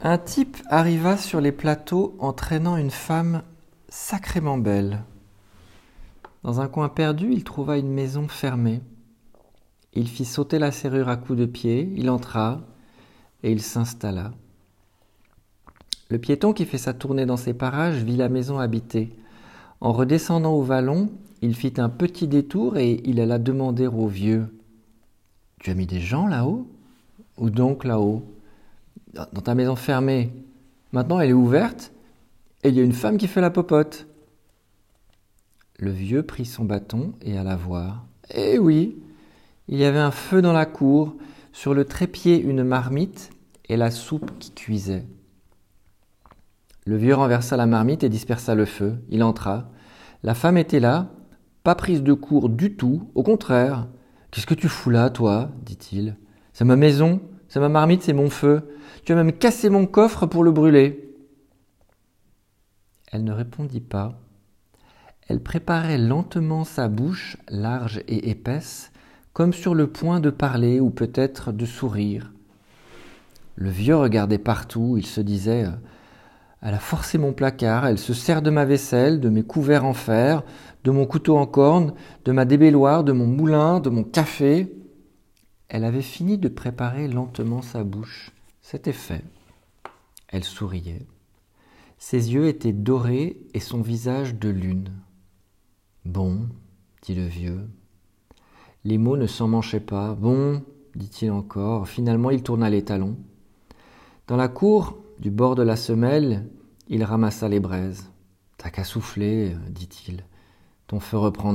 Un type arriva sur les plateaux en traînant une femme sacrément belle. Dans un coin perdu, il trouva une maison fermée. Il fit sauter la serrure à coups de pied, il entra et il s'installa. Le piéton qui fait sa tournée dans ces parages vit la maison habitée. En redescendant au vallon, il fit un petit détour et il alla demander au vieux « Tu as mis des gens là-haut ? Où donc là-haut ? Dans ta maison fermée. Maintenant elle est ouverte et il y a une femme qui fait la popote. » Le vieux prit son bâton et alla voir. Eh oui, il y avait un feu dans la cour, sur le trépied une marmite et la soupe qui cuisait. Le vieux renversa la marmite et dispersa le feu. Il entra. La femme était là, pas prise de court du tout, au contraire. « Qu'est-ce que tu fous là, toi ?» dit-il. « C'est ma maison, c'est ma marmite, c'est mon feu. Tu as même cassé mon coffre pour le brûler. » Elle ne répondit pas. Elle préparait lentement sa bouche, large et épaisse, comme sur le point de parler ou peut-être de sourire. Le vieux regardait partout, il se disait « Elle a forcé mon placard, elle se sert de ma vaisselle, de mes couverts en fer, de mon couteau en corne, de ma débelloire, de mon moulin, de mon café. » Elle avait fini de préparer lentement sa bouche. C'était fait. Elle souriait. Ses yeux étaient dorés et son visage de lune. « Bon, » dit le vieux. Les mots ne s'emmanchaient pas. « Bon, » dit-il encore. Finalement, il tourna les talons. Dans la cour, du bord de la semelle, il ramassa les braises. « T'as qu'à souffler, » dit-il. « Ton feu reprendra. »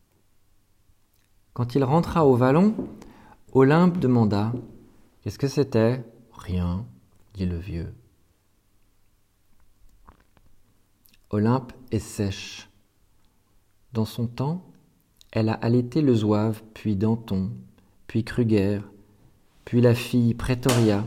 Quand il rentra au vallon, Olympe demanda « Qu'est-ce que c'était ?»« Rien, » dit le vieux. Olympe est sèche. Dans son temps, elle a allaité le zouave, puis Danton, puis Kruger, puis la fille Pretoria.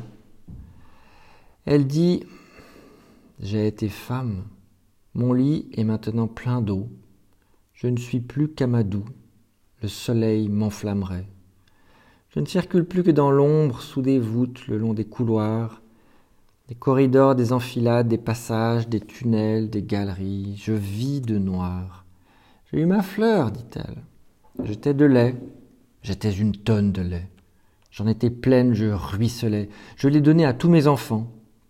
Elle dit « J'ai été femme, mon lit est maintenant plein d'eau, je ne suis plus qu'Amadou, le soleil m'enflammerait. Je ne circule plus que dans l'ombre, sous des voûtes, le long des couloirs, des corridors, des enfilades, des passages, des tunnels, des galeries. Je vis de noir. J'ai eu ma fleur, dit-elle. J'étais de lait. J'étais une tonne de lait. J'en étais pleine, je ruisselais. Je l'ai donné à tous mes enfants.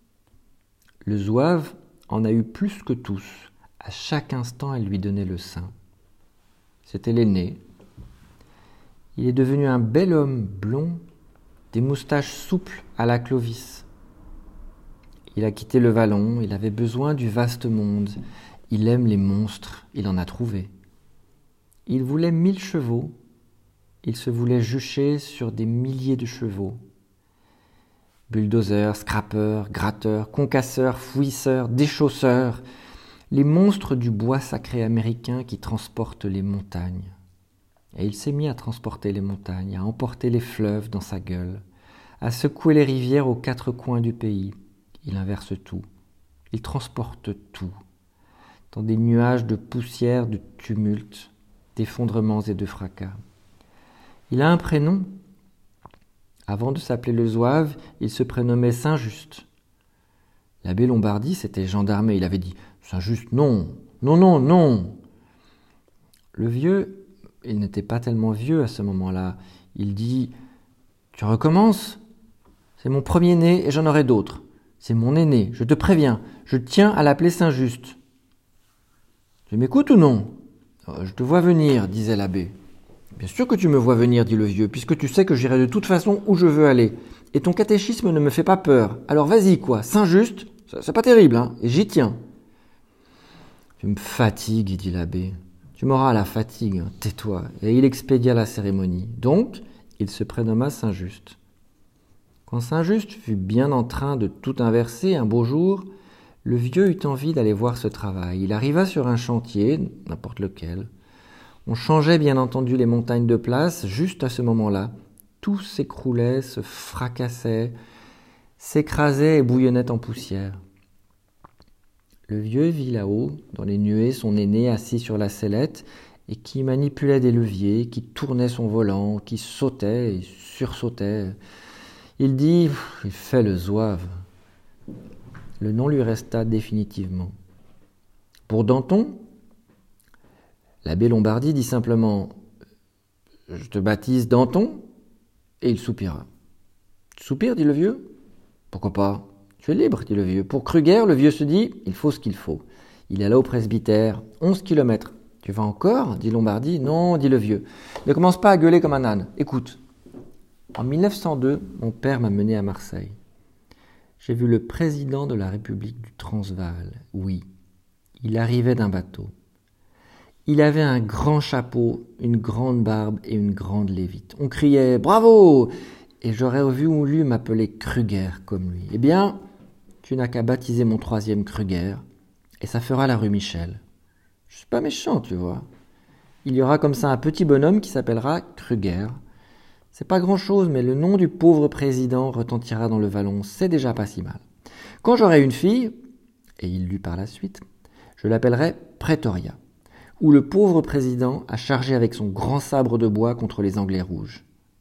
Le zouave en a eu plus que tous. À chaque instant, elle lui donnait le sein. C'était l'aîné. Il est devenu un bel homme blond, des moustaches souples à la Clovis. Il a quitté le vallon, il avait besoin du vaste monde. Il aime les monstres, il en a trouvé. Il voulait 1000 chevaux, il se voulait jucher sur des milliers de chevaux. Bulldozers, scrappeurs, gratteurs, concasseurs, fouisseurs, déchausseurs, les monstres du bois sacré américain qui transportent les montagnes. Et il s'est mis à transporter les montagnes, à emporter les fleuves dans sa gueule, à secouer les rivières aux 4 coins du pays. Il inverse tout, il transporte tout, dans des nuages de poussière, de tumulte, d'effondrements et de fracas. Il a un prénom. Avant de s'appeler le zouave, il se prénommait Saint-Just. L'abbé Lombardi s'était gendarmé, il avait dit « Saint-Just, non, non, non, non !» Le vieux, il n'était pas tellement vieux à ce moment-là, il dit « Tu recommences ? C'est mon premier-né et j'en aurai d'autres. C'est mon aîné, je te préviens, je tiens à l'appeler Saint-Just. »« Tu m'écoutes ou non ? » ?»« Je te vois venir, disait l'abbé. »« Bien sûr que tu me vois venir, dit le vieux, puisque tu sais que j'irai de toute façon où je veux aller. Et ton catéchisme ne me fait pas peur. Alors vas-y, quoi, Saint-Just, c'est pas terrible, hein, et j'y tiens. »« Tu me fatigues, dit l'abbé. Tu m'auras à la fatigue, hein. Tais-toi. » Et il expédia la cérémonie. Donc, il se prénomma Saint-Just. Quand Saint-Just fut bien en train de tout inverser, un beau jour, le vieux eut envie d'aller voir ce travail. Il arriva sur un chantier, n'importe lequel. On changeait bien entendu les montagnes de place. Juste à ce moment-là, tout s'écroulait, se fracassait, s'écrasait et bouillonnait en poussière. Le vieux vit là-haut, dans les nuées, son aîné assis sur la sellette et qui manipulait des leviers, qui tournait son volant, qui sautait et sursautait. Il dit « Il fait le zouave. Le nom lui resta définitivement. Pour Danton, l'abbé Lombardi dit simplement « Je te baptise Danton ?» et il soupira. « Tu soupires ?» dit le vieux. « Pourquoi pas ? Tu es libre » dit le vieux. Pour Kruger, le vieux se dit « Il faut ce qu'il faut ». Il alla au presbytère, 11 kilomètres. « Tu vas encore ?» dit Lombardi. « Non » dit le vieux. « Ne commence pas à gueuler comme un âne. Écoute. En 1902, mon père m'a mené à Marseille. J'ai vu le président de la République du Transvaal. Oui, il arrivait d'un bateau. Il avait un grand chapeau, une grande barbe et une grande lévite. On criait « Bravo !» et j'aurais vu ou lu m'appeler Kruger comme lui. Eh bien, tu n'as qu'à baptiser mon 3e Kruger et ça fera la rue Michel. Je suis pas méchant, tu vois. Il y aura comme ça un petit bonhomme qui s'appellera Kruger. C'est pas grand-chose, mais le nom du pauvre président retentira dans le vallon, c'est déjà pas si mal. Quand j'aurai une fille, et il lut par la suite, je l'appellerai Pretoria, où le pauvre président a chargé avec son grand sabre de bois contre les Anglais rouges.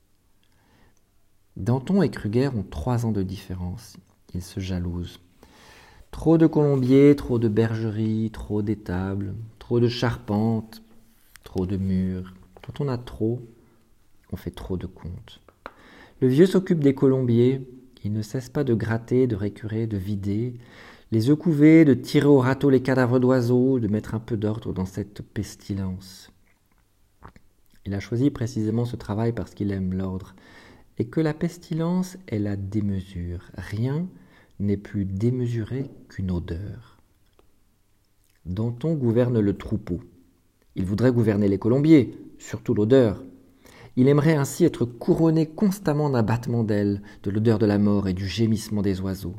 Danton et Kruger ont 3 ans de différence. Ils se jalousent. Trop de colombiers, trop de bergeries, trop d'étables, trop de charpentes, trop de murs. Quand on a trop, on fait trop de comptes. Le vieux s'occupe des colombiers. Il ne cesse pas de gratter, de récurer, de vider, les œufs couvés, de tirer au râteau les cadavres d'oiseaux, de mettre un peu d'ordre dans cette pestilence. Il a choisi précisément ce travail parce qu'il aime l'ordre, et que la pestilence est la démesure. Rien n'est plus démesuré qu'une odeur. Danton gouverne le troupeau. Il voudrait gouverner les colombiers, surtout l'odeur. Il aimerait ainsi être couronné constamment d'un battement d'ailes, de l'odeur de la mort et du gémissement des oiseaux.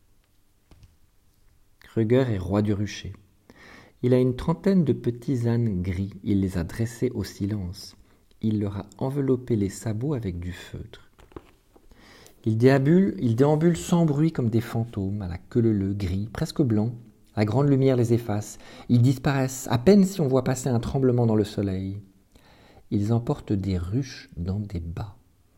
Kruger est roi du rucher. Il a une 30aine de petits ânes gris. Il les a dressés au silence. Il leur a enveloppé les sabots avec du feutre. Ils déambulent sans bruit comme des fantômes, à la queue leu gris, presque blancs. La grande lumière les efface. Ils disparaissent, à peine si on voit passer un tremblement dans le soleil. Ils emportent des ruches dans des bas.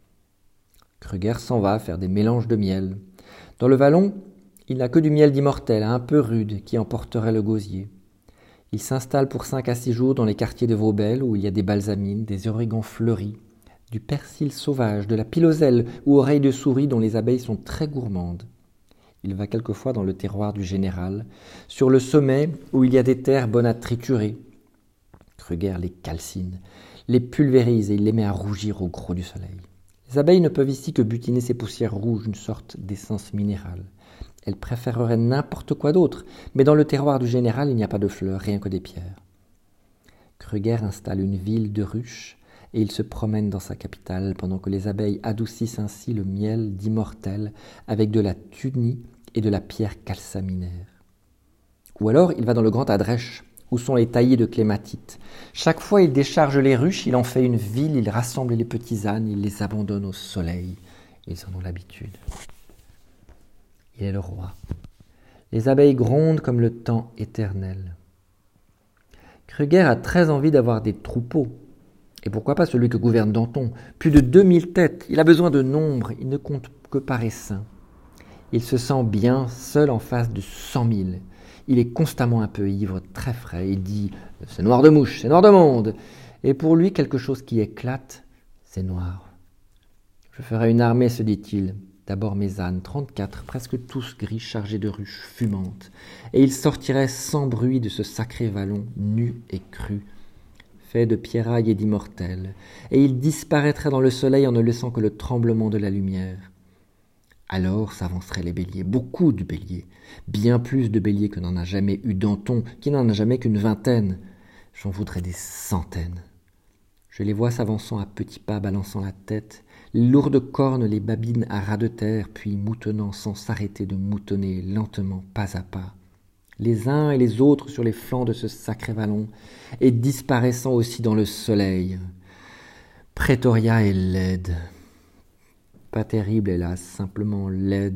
Kruger s'en va faire des mélanges de miel. Dans le vallon, il n'a que du miel d'immortel, un peu rude, qui emporterait le gosier. Il s'installe pour 5 à 6 jours dans les quartiers de Vaubelle, où il y a des balsamines, des origans fleuris, du persil sauvage, de la piloselle ou oreilles de souris dont les abeilles sont très gourmandes. Il va quelquefois dans le terroir du général, sur le sommet où il y a des terres bonnes à triturer. Kruger les calcine, les pulvérise et il les met à rougir au gros du soleil. Les abeilles ne peuvent ici que butiner ces poussières rouges, une sorte d'essence minérale. Elles préféreraient n'importe quoi d'autre, mais dans le terroir du général, il n'y a pas de fleurs, rien que des pierres. Kruger installe une ville de ruches et il se promène dans sa capitale pendant que les abeilles adoucissent ainsi le miel d'immortel avec de la tunie et de la pierre calcaminaire. Ou alors il va dans le Grand Adrèche, où sont les taillis de clématite. Chaque fois il décharge les ruches, il en fait une ville, il rassemble les petits ânes, il les abandonne au soleil. Ils en ont l'habitude. Il est le roi. Les abeilles grondent comme le temps éternel. Kruger a très envie d'avoir des troupeaux. Et pourquoi pas celui que gouverne Danton ? Plus de 2000 têtes, il a besoin de nombre, il ne compte que par essaim. Il se sent bien seul en face de 100 000. Il est constamment un peu ivre, très frais. Il dit « c'est noir de mouche, c'est noir de monde ». Et pour lui, quelque chose qui éclate, c'est noir. « Je ferai une armée », se dit-il. D'abord mes ânes, 34, presque tous gris, chargés de ruches fumantes. Et ils sortiraient sans bruit de ce sacré vallon, nu et cru, fait de pierrailles et d'immortels. Et ils disparaîtraient dans le soleil en ne laissant que le tremblement de la lumière. Alors s'avanceraient les béliers, beaucoup de béliers, bien plus de béliers que n'en a jamais eu Danton, qui n'en a jamais qu'une 20aine. J'en voudrais des centaines. Je les vois s'avançant à petits pas, balançant la tête, les lourdes cornes les babinent à ras de terre, puis moutonnant sans s'arrêter de moutonner lentement, pas à pas, les uns et les autres sur les flancs de ce sacré vallon, et disparaissant aussi dans le soleil. Pretoria est laide. Pas terrible, hélas, simplement laide.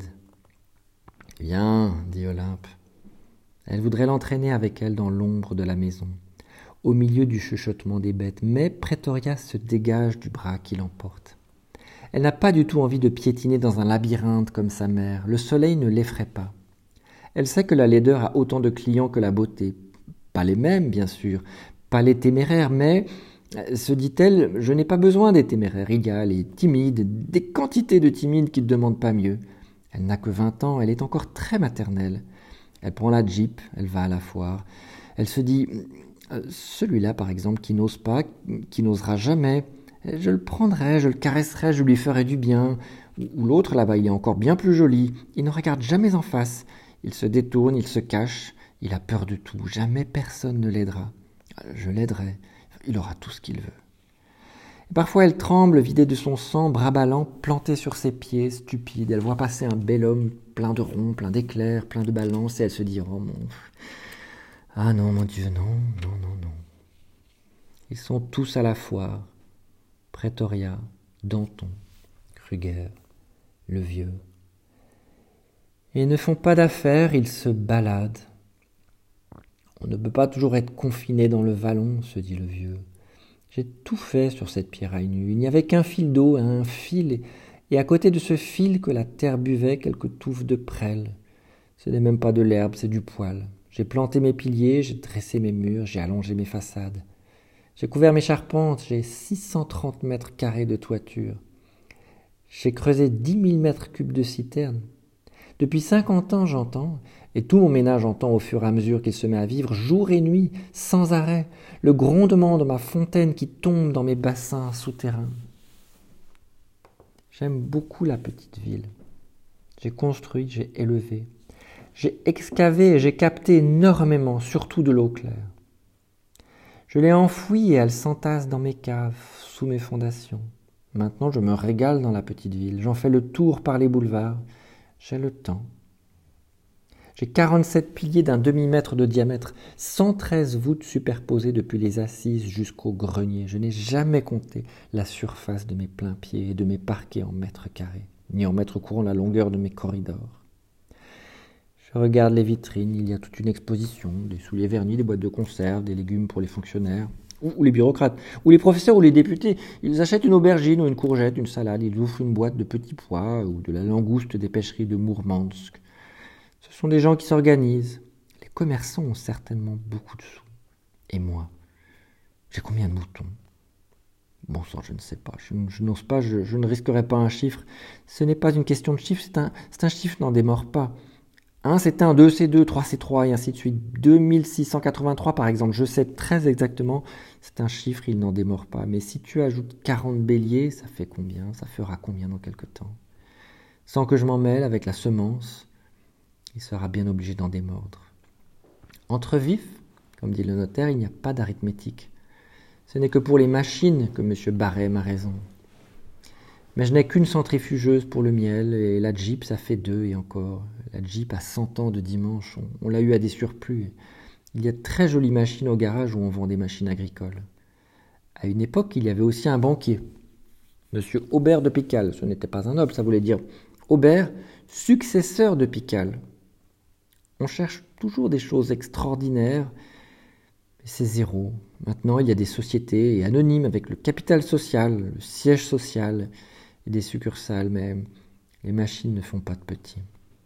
« Viens, dit Olympe. » Elle voudrait l'entraîner avec elle dans l'ombre de la maison, au milieu du chuchotement des bêtes, mais Pretoria se dégage du bras qui l'emporte. Elle n'a pas du tout envie de piétiner dans un labyrinthe comme sa mère. Le soleil ne l'effraie pas. Elle sait que la laideur a autant de clients que la beauté. Pas les mêmes, bien sûr, pas les téméraires, mais, se dit-elle, je n'ai pas besoin des téméraires. Il y a les timides, des quantités de timides qui ne demandent pas mieux. Elle n'a que 20 ans, elle est encore très maternelle. Elle prend la Jeep, elle va à la foire. Elle se dit, celui-là par exemple qui n'ose pas, qui n'osera jamais, je le prendrai, je le caresserai, je lui ferai du bien. Ou l'autre là-bas, il est encore bien plus joli, il ne regarde jamais en face. Il se détourne, il se cache, il a peur de tout, jamais personne ne l'aidera. Je l'aiderai, il aura tout ce qu'il veut. Et parfois elle tremble, vidée de son sang, bras ballants, plantée sur ses pieds, stupide. Elle voit passer un bel homme plein de ronds, plein d'éclairs, plein de balances, et elle se dit, oh mon... Ah non, mon Dieu, non, non, non, non. Ils sont tous à la foire. Pretoria, Danton, Kruger, le vieux. Et ils ne font pas d'affaires, ils se baladent. On ne peut pas toujours être confiné dans le vallon, se dit le vieux. J'ai tout fait sur cette pierraille nue. Il n'y avait qu'un fil d'eau, un fil, et à côté de ce fil que la terre buvait quelques touffes de prêle. Ce n'est même pas de l'herbe, c'est du poil. J'ai planté mes piliers, j'ai dressé mes murs, j'ai allongé mes façades. J'ai couvert mes charpentes, j'ai 630 mètres carrés de toiture. J'ai creusé 10 000 mètres cubes de citernes. Depuis 50 ans, j'entends, et tout mon ménage entend au fur et à mesure qu'il se met à vivre, jour et nuit, sans arrêt, le grondement de ma fontaine qui tombe dans mes bassins souterrains. J'aime beaucoup la petite ville. J'ai construit, j'ai élevé. J'ai excavé et j'ai capté énormément, surtout de l'eau claire. Je l'ai enfouie et elle s'entasse dans mes caves, sous mes fondations. Maintenant, je me régale dans la petite ville. J'en fais le tour par les boulevards. J'ai le temps. J'ai 47 piliers d'un demi-mètre de diamètre, 113 voûtes superposées depuis les assises jusqu'au grenier. Je n'ai jamais compté la surface de mes plains-pieds et de mes parquets en mètres carrés, ni en mètres courants la longueur de mes corridors. Je regarde les vitrines, il y a toute une exposition, des souliers vernis, des boîtes de conserve, des légumes pour les fonctionnaires, ou les bureaucrates, ou les professeurs ou les députés. Ils achètent une aubergine ou une courgette, une salade, ils ouvrent une boîte de petits pois ou de la langouste des pêcheries de Mourmansk. Ce sont des gens qui s'organisent. Les commerçants ont certainement beaucoup de sous. Et moi, j'ai combien de moutons ? Bon sang, je ne sais pas, je n'ose pas, je ne risquerai pas un chiffre. Ce n'est pas une question de chiffre, c'est un chiffre n'en démord pas. 1 c'est 1, 2 c'est 2, 3 c'est 3 et ainsi de suite. 2683 par exemple, je sais très exactement, c'est un chiffre, il n'en démord pas. Mais si tu ajoutes 40 béliers, ça fait combien ? Ça fera combien dans quelque temps ? Sans que je m'en mêle avec la semence, il sera bien obligé d'en démordre. Entre vifs, comme dit le notaire, il n'y a pas d'arithmétique. Ce n'est que pour les machines que M. Barret a raison. Mais je n'ai qu'une centrifugeuse pour le miel, et la Jeep, ça fait 2 et encore. La Jeep a 100 ans de dimanche, on l'a eu à des surplus. Il y a de très jolies machines au garage où on vend des machines agricoles. À une époque, il y avait aussi un banquier, M. Aubert de Pical. Ce n'était pas un noble, ça voulait dire Aubert, successeur de Pical. On cherche toujours des choses extraordinaires, mais c'est zéro. Maintenant, il y a des sociétés anonymes avec le capital social, le siège social, et des succursales, mais les machines ne font pas de petits.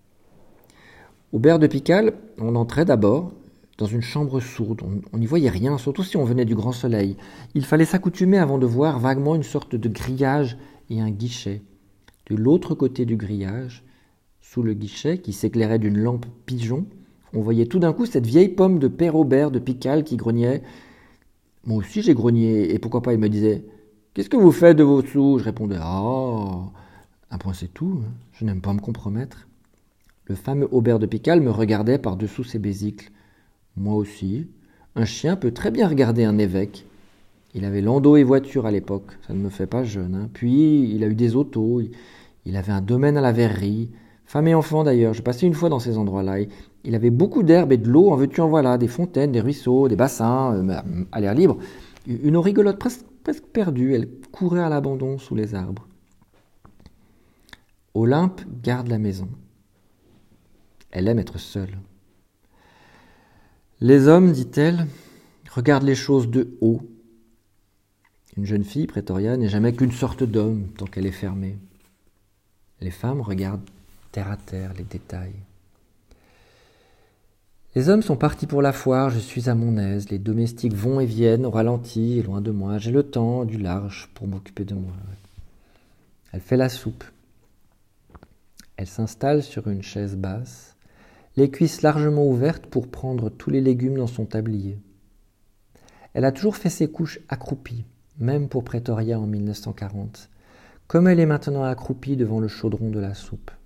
Aubert de Pical, on entrait d'abord dans une chambre sourde. On n'y voyait rien, surtout si on venait du grand soleil. Il fallait s'accoutumer avant de voir vaguement une sorte de grillage et un guichet. De l'autre côté du grillage, sous le guichet qui s'éclairait d'une lampe pigeon, on voyait tout d'un coup cette vieille pomme de père Aubert de Pical qui grognait. Moi aussi j'ai grogné, et pourquoi pas, il me disait « Qu'est-ce que vous faites de vos sous ?» Je répondais « Ah, un point c'est tout, je n'aime pas me compromettre. » Le fameux Aubert de Pical me regardait par-dessous ses besicles. Moi aussi, un chien peut très bien regarder un évêque. Il avait landau et voiture à l'époque, ça ne me fait pas jeune. Puis il a eu des autos, il avait un domaine à la verrerie, femme et enfant d'ailleurs, je passais une fois dans ces endroits-là. Il avait beaucoup d'herbe et de l'eau, en veux-tu en voilà, des fontaines, des ruisseaux, des bassins, à l'air libre. Une eau rigolote presque perdue, elle courait à l'abandon sous les arbres. Olympe garde la maison. Elle aime être seule. Les hommes, dit-elle, regardent les choses de haut. Une jeune fille, Pretoria, n'est jamais qu'une sorte d'homme tant qu'elle est fermée. Les femmes regardent terre à terre les détails. Les hommes sont partis pour la foire, je suis à mon aise. Les domestiques vont et viennent, au ralenti et loin de moi. J'ai le temps, du large, pour m'occuper de moi. Elle fait la soupe. Elle s'installe sur une chaise basse, les cuisses largement ouvertes pour prendre tous les légumes dans son tablier. Elle a toujours fait ses couches accroupies, même pour Pretoria en 1940, comme elle est maintenant accroupie devant le chaudron de la soupe.